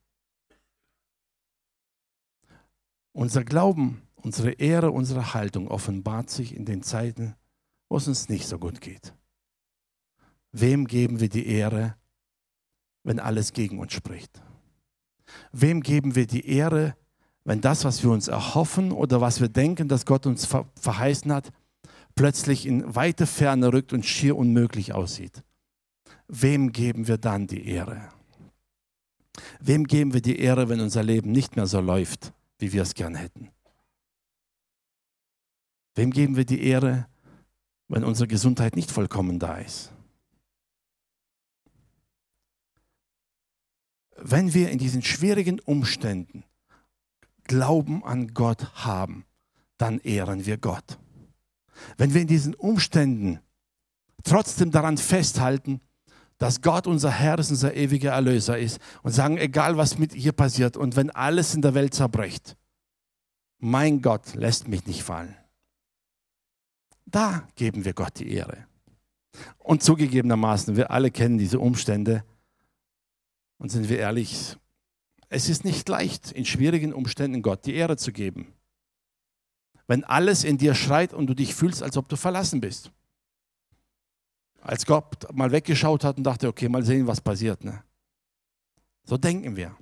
Unser Glauben, unsere Ehre, unsere Haltung offenbart sich in den Zeiten, wo es uns nicht so gut geht. Wem geben wir die Ehre, wenn alles gegen uns spricht? Wem geben wir die Ehre, wenn das, was wir uns erhoffen oder was wir denken, dass Gott uns verheißen hat, plötzlich in weite Ferne rückt und schier unmöglich aussieht? Wem geben wir dann die Ehre? Wem geben wir die Ehre, wenn unser Leben nicht mehr so läuft, wie wir es gern hätten? Wem geben wir die Ehre, wenn unsere Gesundheit nicht vollkommen da ist? Wenn wir in diesen schwierigen Umständen Glauben an Gott haben, dann ehren wir Gott. Wenn wir in diesen Umständen trotzdem daran festhalten, dass Gott unser Herr ist, unser ewiger Erlöser ist und sagen, egal was mit hier passiert und wenn alles in der Welt zerbricht, mein Gott lässt mich nicht fallen. Da geben wir Gott die Ehre. Und zugegebenermaßen, wir alle kennen diese Umstände und sind wir ehrlich, es ist nicht leicht, in schwierigen Umständen Gott die Ehre zu geben. Wenn alles in dir schreit und du dich fühlst, als ob du verlassen bist. Als Gott mal weggeschaut hat und dachte, okay, mal sehen, was passiert. Ne? So denken wir.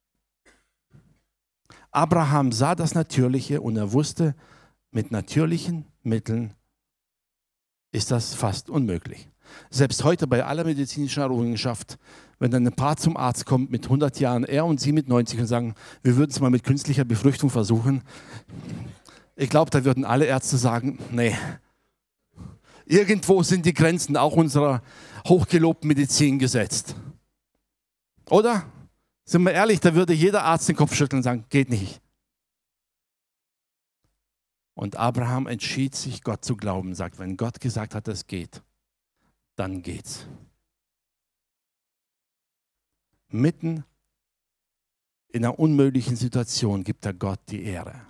Abraham sah das Natürliche und er wusste, mit natürlichen Mitteln ist das fast unmöglich. Selbst heute bei aller medizinischen Errungenschaft, wenn dann ein Paar zum Arzt kommt mit hundert Jahren, er und sie mit neunzig und sagen, wir würden es mal mit künstlicher Befruchtung versuchen. Ich glaube, da würden alle Ärzte sagen, nee. Irgendwo sind die Grenzen auch unserer hochgelobten Medizin gesetzt. Oder? Sind wir ehrlich, da würde jeder Arzt den Kopf schütteln und sagen, geht nicht. Und Abraham entschied sich, Gott zu glauben, sagt, wenn Gott gesagt hat, es geht, dann geht's. Mitten in einer unmöglichen Situation gibt er Gott die Ehre.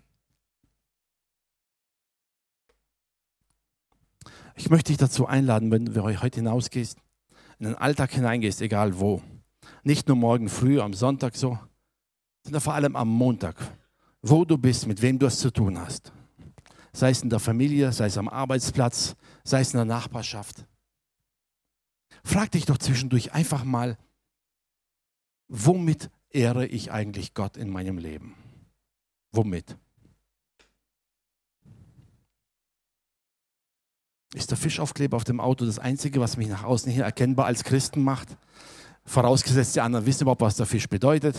Ich möchte dich dazu einladen, wenn du heute hinausgehst, in den Alltag hineingehst, egal wo. Nicht nur morgen früh, am Sonntag so, sondern vor allem am Montag, wo du bist, mit wem du es zu tun hast. Sei es in der Familie, sei es am Arbeitsplatz, sei es in der Nachbarschaft. Frag dich doch zwischendurch einfach mal, womit ehre ich eigentlich Gott in meinem Leben? Womit? Ist der Fischaufkleber auf dem Auto das Einzige, was mich nach außen hier erkennbar als Christen macht? Vorausgesetzt, die anderen wissen überhaupt, was der Fisch bedeutet.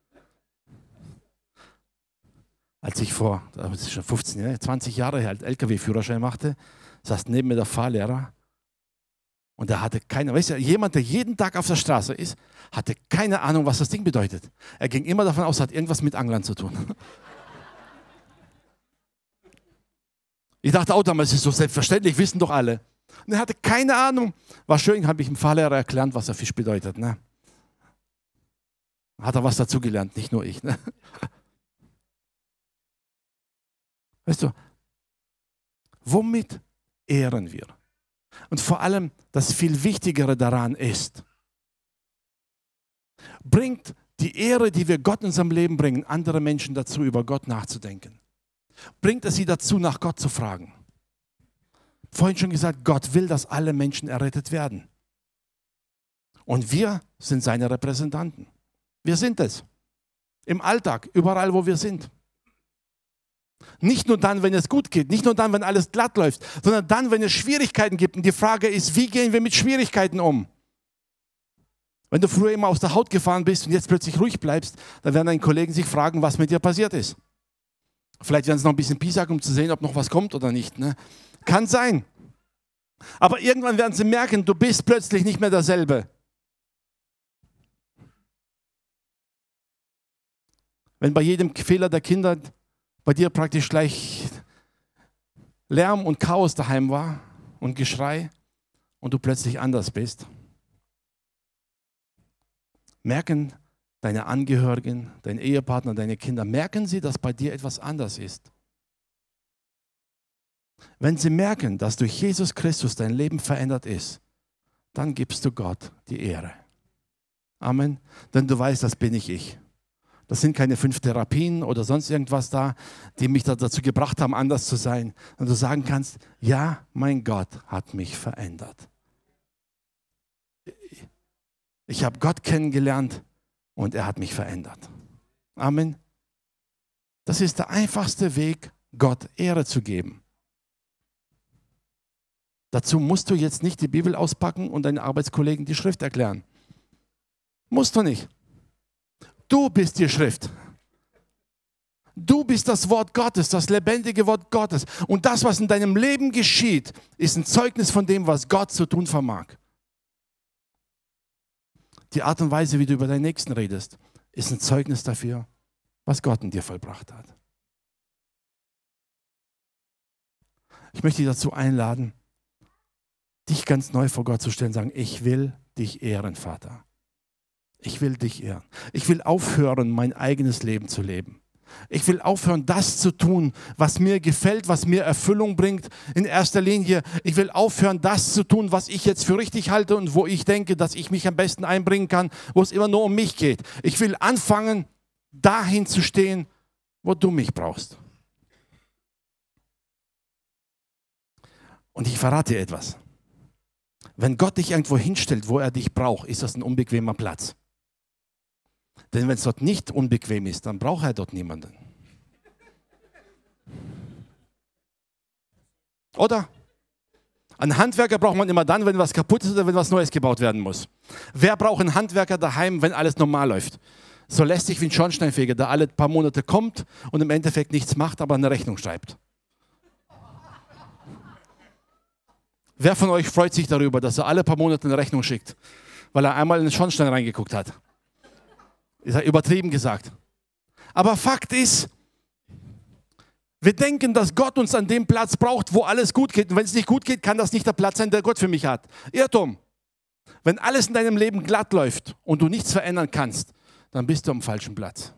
Als ich vor, das ist schon fünfzehn, zwanzig Jahre her, L K W-Führerschein machte, saß neben mir der Fahrlehrer und er hatte keine, weißt du, jemand, der jeden Tag auf der Straße ist, hatte keine Ahnung, was das Ding bedeutet. Er ging immer davon aus, es hat irgendwas mit Anglern zu tun. Ich dachte auch damals, es ist so selbstverständlich, wissen doch alle. Und er hatte keine Ahnung. War schön, habe ich dem Fahrlehrer erklärt, was der Fisch bedeutet. Ne? Hat er was dazugelernt, nicht nur ich. Ne? Weißt du, womit ehren wir? Und vor allem, das viel Wichtigere daran ist, bringt die Ehre, die wir Gott in unserem Leben bringen, andere Menschen dazu, über Gott nachzudenken. Bringt es sie dazu, nach Gott zu fragen. Vorhin schon gesagt, Gott will, dass alle Menschen errettet werden. Und wir sind seine Repräsentanten. Wir sind es. Im Alltag, überall, wo wir sind. Nicht nur dann, wenn es gut geht, nicht nur dann, wenn alles glatt läuft, sondern dann, wenn es Schwierigkeiten gibt. Und die Frage ist, wie gehen wir mit Schwierigkeiten um? Wenn du früher immer aus der Haut gefahren bist und jetzt plötzlich ruhig bleibst, dann werden deine Kollegen sich fragen, was mit dir passiert ist. Vielleicht werden sie noch ein bisschen piesacken, um zu sehen, ob noch was kommt oder nicht. Ne? Kann sein. Aber irgendwann werden sie merken, du bist plötzlich nicht mehr derselbe. Wenn bei jedem Fehler der Kinder bei dir praktisch gleich Lärm und Chaos daheim war und Geschrei und du plötzlich anders bist, merken deine Angehörigen, dein Ehepartner, deine Kinder, merken sie, dass bei dir etwas anders ist. Wenn sie merken, dass durch Jesus Christus dein Leben verändert ist, dann gibst du Gott die Ehre. Amen. Denn du weißt, das bin nicht ich. Das sind keine fünf Therapien oder sonst irgendwas da, die mich dazu gebracht haben, anders zu sein. Und du sagen kannst, ja, mein Gott hat mich verändert. Ich habe Gott kennengelernt und er hat mich verändert. Amen. Das ist der einfachste Weg, Gott Ehre zu geben. Dazu musst du jetzt nicht die Bibel auspacken und deinen Arbeitskollegen die Schrift erklären. Musst du nicht. Du bist die Schrift. Du bist das Wort Gottes, das lebendige Wort Gottes. Und das, was in deinem Leben geschieht, ist ein Zeugnis von dem, was Gott zu tun vermag. Die Art und Weise, wie du über deinen Nächsten redest, ist ein Zeugnis dafür, was Gott in dir vollbracht hat. Ich möchte dich dazu einladen, dich ganz neu vor Gott zu stellen und sagen, ich will dich ehren, Vater. Ich will dich ehren. Ich will aufhören, mein eigenes Leben zu leben. Ich will aufhören, das zu tun, was mir gefällt, was mir Erfüllung bringt. In erster Linie, ich will aufhören, das zu tun, was ich jetzt für richtig halte und wo ich denke, dass ich mich am besten einbringen kann, wo es immer nur um mich geht. Ich will anfangen, dahin zu stehen, wo du mich brauchst. Und ich verrate dir etwas. Wenn Gott dich irgendwo hinstellt, wo er dich braucht, ist das ein unbequemer Platz. Denn wenn es dort nicht unbequem ist, dann braucht er dort niemanden. Oder? Einen Handwerker braucht man immer dann, wenn was kaputt ist oder wenn was Neues gebaut werden muss. Wer braucht einen Handwerker daheim, wenn alles normal läuft? So lästig wie ein Schornsteinfeger, der alle paar Monate kommt und im Endeffekt nichts macht, aber eine Rechnung schreibt. Wer von euch freut sich darüber, dass er alle paar Monate eine Rechnung schickt, weil er einmal in den Schornstein reingeguckt hat? Ist ja übertrieben gesagt. Aber Fakt ist, wir denken, dass Gott uns an dem Platz braucht, wo alles gut geht. Und wenn es nicht gut geht, kann das nicht der Platz sein, der Gott für mich hat. Irrtum. Wenn alles in deinem Leben glatt läuft und du nichts verändern kannst, dann bist du am falschen Platz.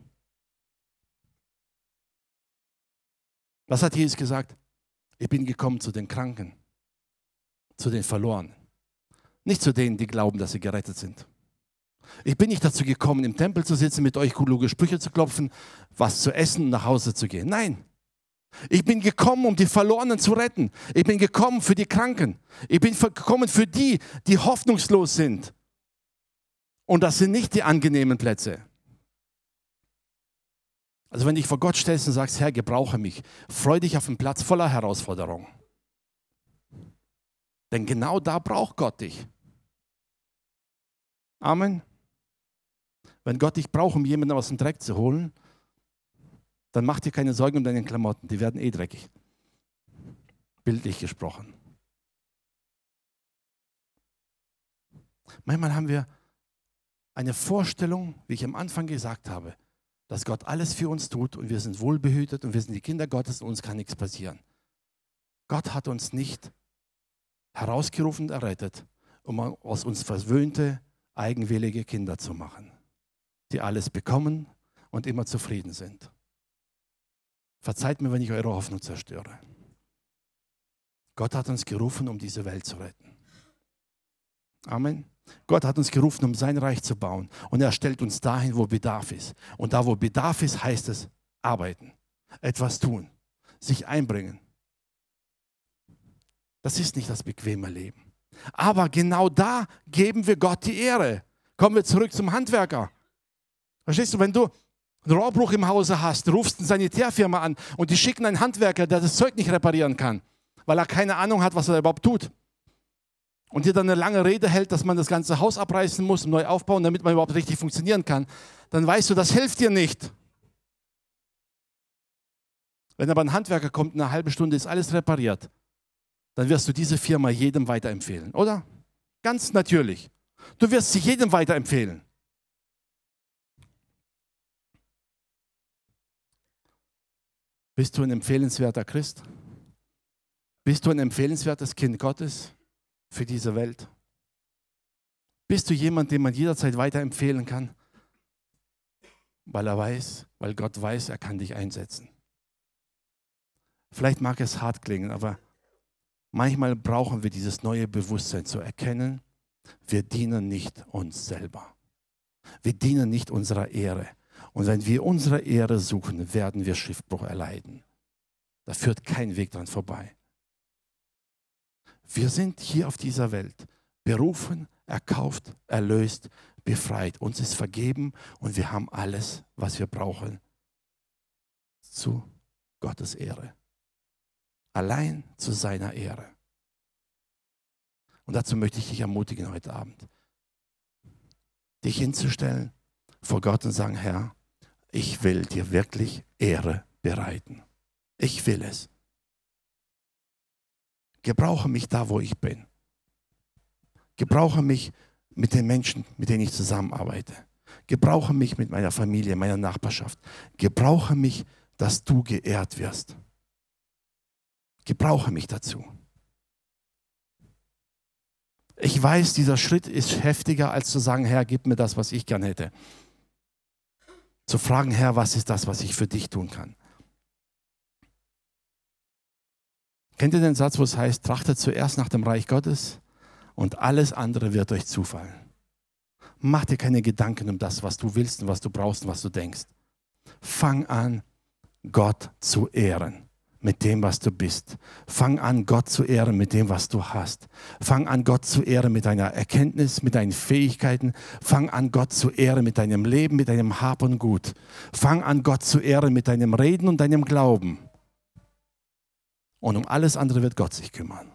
Was hat Jesus gesagt? Ich bin gekommen zu den Kranken, zu den Verlorenen. Nicht zu denen, die glauben, dass sie gerettet sind. Ich bin nicht dazu gekommen, im Tempel zu sitzen, mit euch kluge Sprüche zu klopfen, was zu essen und nach Hause zu gehen. Nein. Ich bin gekommen, um die Verlorenen zu retten. Ich bin gekommen für die Kranken. Ich bin gekommen für die, die hoffnungslos sind. Und das sind nicht die angenehmen Plätze. Also wenn du dich vor Gott stellst und sagst, Herr, gebrauche mich, freu dich auf einen Platz voller Herausforderungen. Denn genau da braucht Gott dich. Amen. Wenn Gott dich braucht, um jemanden aus dem Dreck zu holen, dann mach dir keine Sorgen um deine Klamotten, die werden eh dreckig. Bildlich gesprochen. Manchmal haben wir eine Vorstellung, wie ich am Anfang gesagt habe, dass Gott alles für uns tut und wir sind wohlbehütet und wir sind die Kinder Gottes und uns kann nichts passieren. Gott hat uns nicht herausgerufen und errettet, um aus uns verwöhnte, eigenwillige Kinder zu machen, die alles bekommen und immer zufrieden sind. Verzeiht mir, wenn ich eure Hoffnung zerstöre. Gott hat uns gerufen, um diese Welt zu retten. Amen. Gott hat uns gerufen, um sein Reich zu bauen. Und er stellt uns dahin, wo Bedarf ist. Und da, wo Bedarf ist, heißt es arbeiten, etwas tun, sich einbringen. Das ist nicht das bequeme Leben. Aber genau da geben wir Gott die Ehre. Kommen wir zurück zum Handwerker. Verstehst du, wenn du einen Rohrbruch im Hause hast, rufst eine Sanitärfirma an und die schicken einen Handwerker, der das Zeug nicht reparieren kann, weil er keine Ahnung hat, was er überhaupt tut. und dir dann eine lange Rede hält, dass man das ganze Haus abreißen muss und neu aufbauen, damit man überhaupt richtig funktionieren kann, dann weißt du, das hilft dir nicht. Wenn aber ein Handwerker kommt, in einer halben Stunde ist alles repariert, dann wirst du diese Firma jedem weiterempfehlen, oder? Ganz natürlich. Du wirst sie jedem weiterempfehlen. Bist du ein empfehlenswerter Christ? Bist du ein empfehlenswertes Kind Gottes für diese Welt? Bist du jemand, den man jederzeit weiterempfehlen kann? Weil er weiß, weil Gott weiß, er kann dich einsetzen. Vielleicht mag es hart klingen, aber manchmal brauchen wir dieses neue Bewusstsein zu erkennen, wir dienen nicht uns selber. Wir dienen nicht unserer Ehre. Und wenn wir unsere Ehre suchen, werden wir Schiffbruch erleiden. Da führt kein Weg dran vorbei. Wir sind hier auf dieser Welt berufen, erkauft, erlöst, befreit. Uns ist vergeben und wir haben alles, was wir brauchen, zu Gottes Ehre. Allein zu seiner Ehre. Und dazu möchte ich dich ermutigen heute Abend, dich hinzustellen vor Gott und sagen, Herr, ich will dir wirklich Ehre bereiten. Ich will es. Gebrauche mich da, wo ich bin. Gebrauche mich mit den Menschen, mit denen ich zusammenarbeite. Gebrauche mich mit meiner Familie, meiner Nachbarschaft. Gebrauche mich, dass du geehrt wirst. Gebrauche mich dazu. Ich weiß, dieser Schritt ist heftiger, als zu sagen, Herr, gib mir das, was ich gern hätte. Zu fragen, Herr, was ist das, was ich für dich tun kann? Kennt ihr den Satz, wo es heißt, trachtet zuerst nach dem Reich Gottes und alles andere wird euch zufallen. Mach dir keine Gedanken um das, was du willst und was du brauchst und was du denkst. Fang an, Gott zu ehren mit dem, was du bist. Fang an, Gott zu ehren mit dem, was du hast. Fang an, Gott zu ehren mit deiner Erkenntnis, mit deinen Fähigkeiten. Fang an, Gott zu ehren mit deinem Leben, mit deinem Hab und Gut. Fang an, Gott zu ehren mit deinem Reden und deinem Glauben. Und um alles andere wird Gott sich kümmern.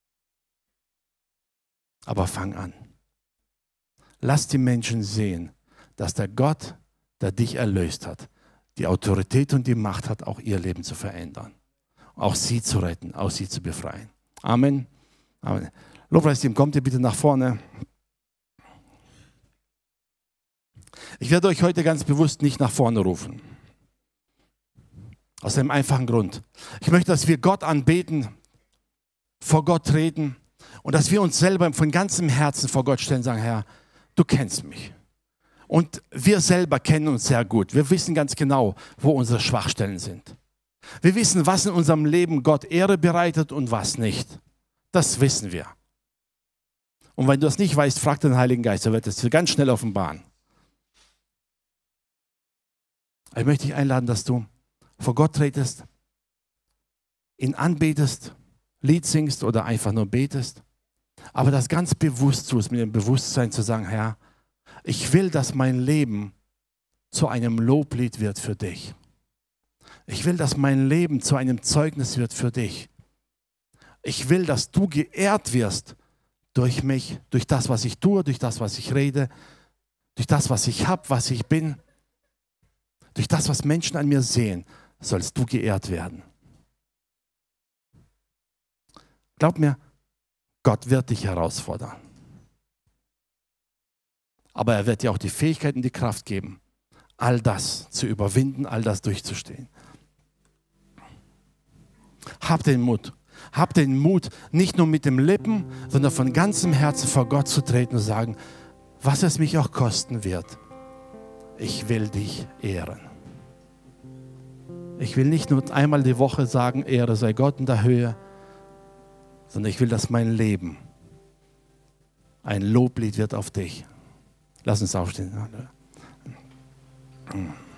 Aber fang an. Lass die Menschen sehen, dass der Gott, der dich erlöst hat, die Autorität und die Macht hat, auch ihr Leben zu verändern. Auch sie zu retten, auch sie zu befreien. Amen. Amen. Lobpreisteam, kommt ihr bitte nach vorne. Ich werde euch heute ganz bewusst nicht nach vorne rufen. Aus einem einfachen Grund. Ich möchte, dass wir Gott anbeten, vor Gott treten und dass wir uns selber von ganzem Herzen vor Gott stellen und sagen, Herr, du kennst mich. Und wir selber kennen uns sehr gut. Wir wissen ganz genau, wo unsere Schwachstellen sind. Wir wissen, was in unserem Leben Gott Ehre bereitet und was nicht. Das wissen wir. Und wenn du das nicht weißt, frag den Heiligen Geist, er wird es dir ganz schnell offenbaren. Ich möchte dich einladen, dass du vor Gott tretest, ihn anbetest, Lied singst oder einfach nur betest, aber das ganz bewusst tust, mit dem Bewusstsein zu sagen, Herr, ich will, dass mein Leben zu einem Loblied wird für dich. Ich will, dass mein Leben zu einem Zeugnis wird für dich. Ich will, dass du geehrt wirst durch mich, durch das, was ich tue, durch das, was ich rede, durch das, was ich habe, was ich bin, durch das, was Menschen an mir sehen, sollst du geehrt werden. Glaub mir, Gott wird dich herausfordern. Aber er wird dir auch die Fähigkeit und die Kraft geben, all das zu überwinden, all das durchzustehen. Hab den Mut. Hab den Mut, nicht nur mit den Lippen, sondern von ganzem Herzen vor Gott zu treten und sagen, was es mich auch kosten wird. Ich will dich ehren. Ich will nicht nur einmal die Woche sagen, Ehre sei Gott in der Höhe, sondern ich will, dass mein Leben ein Loblied wird auf dich. Lass uns aufstehen.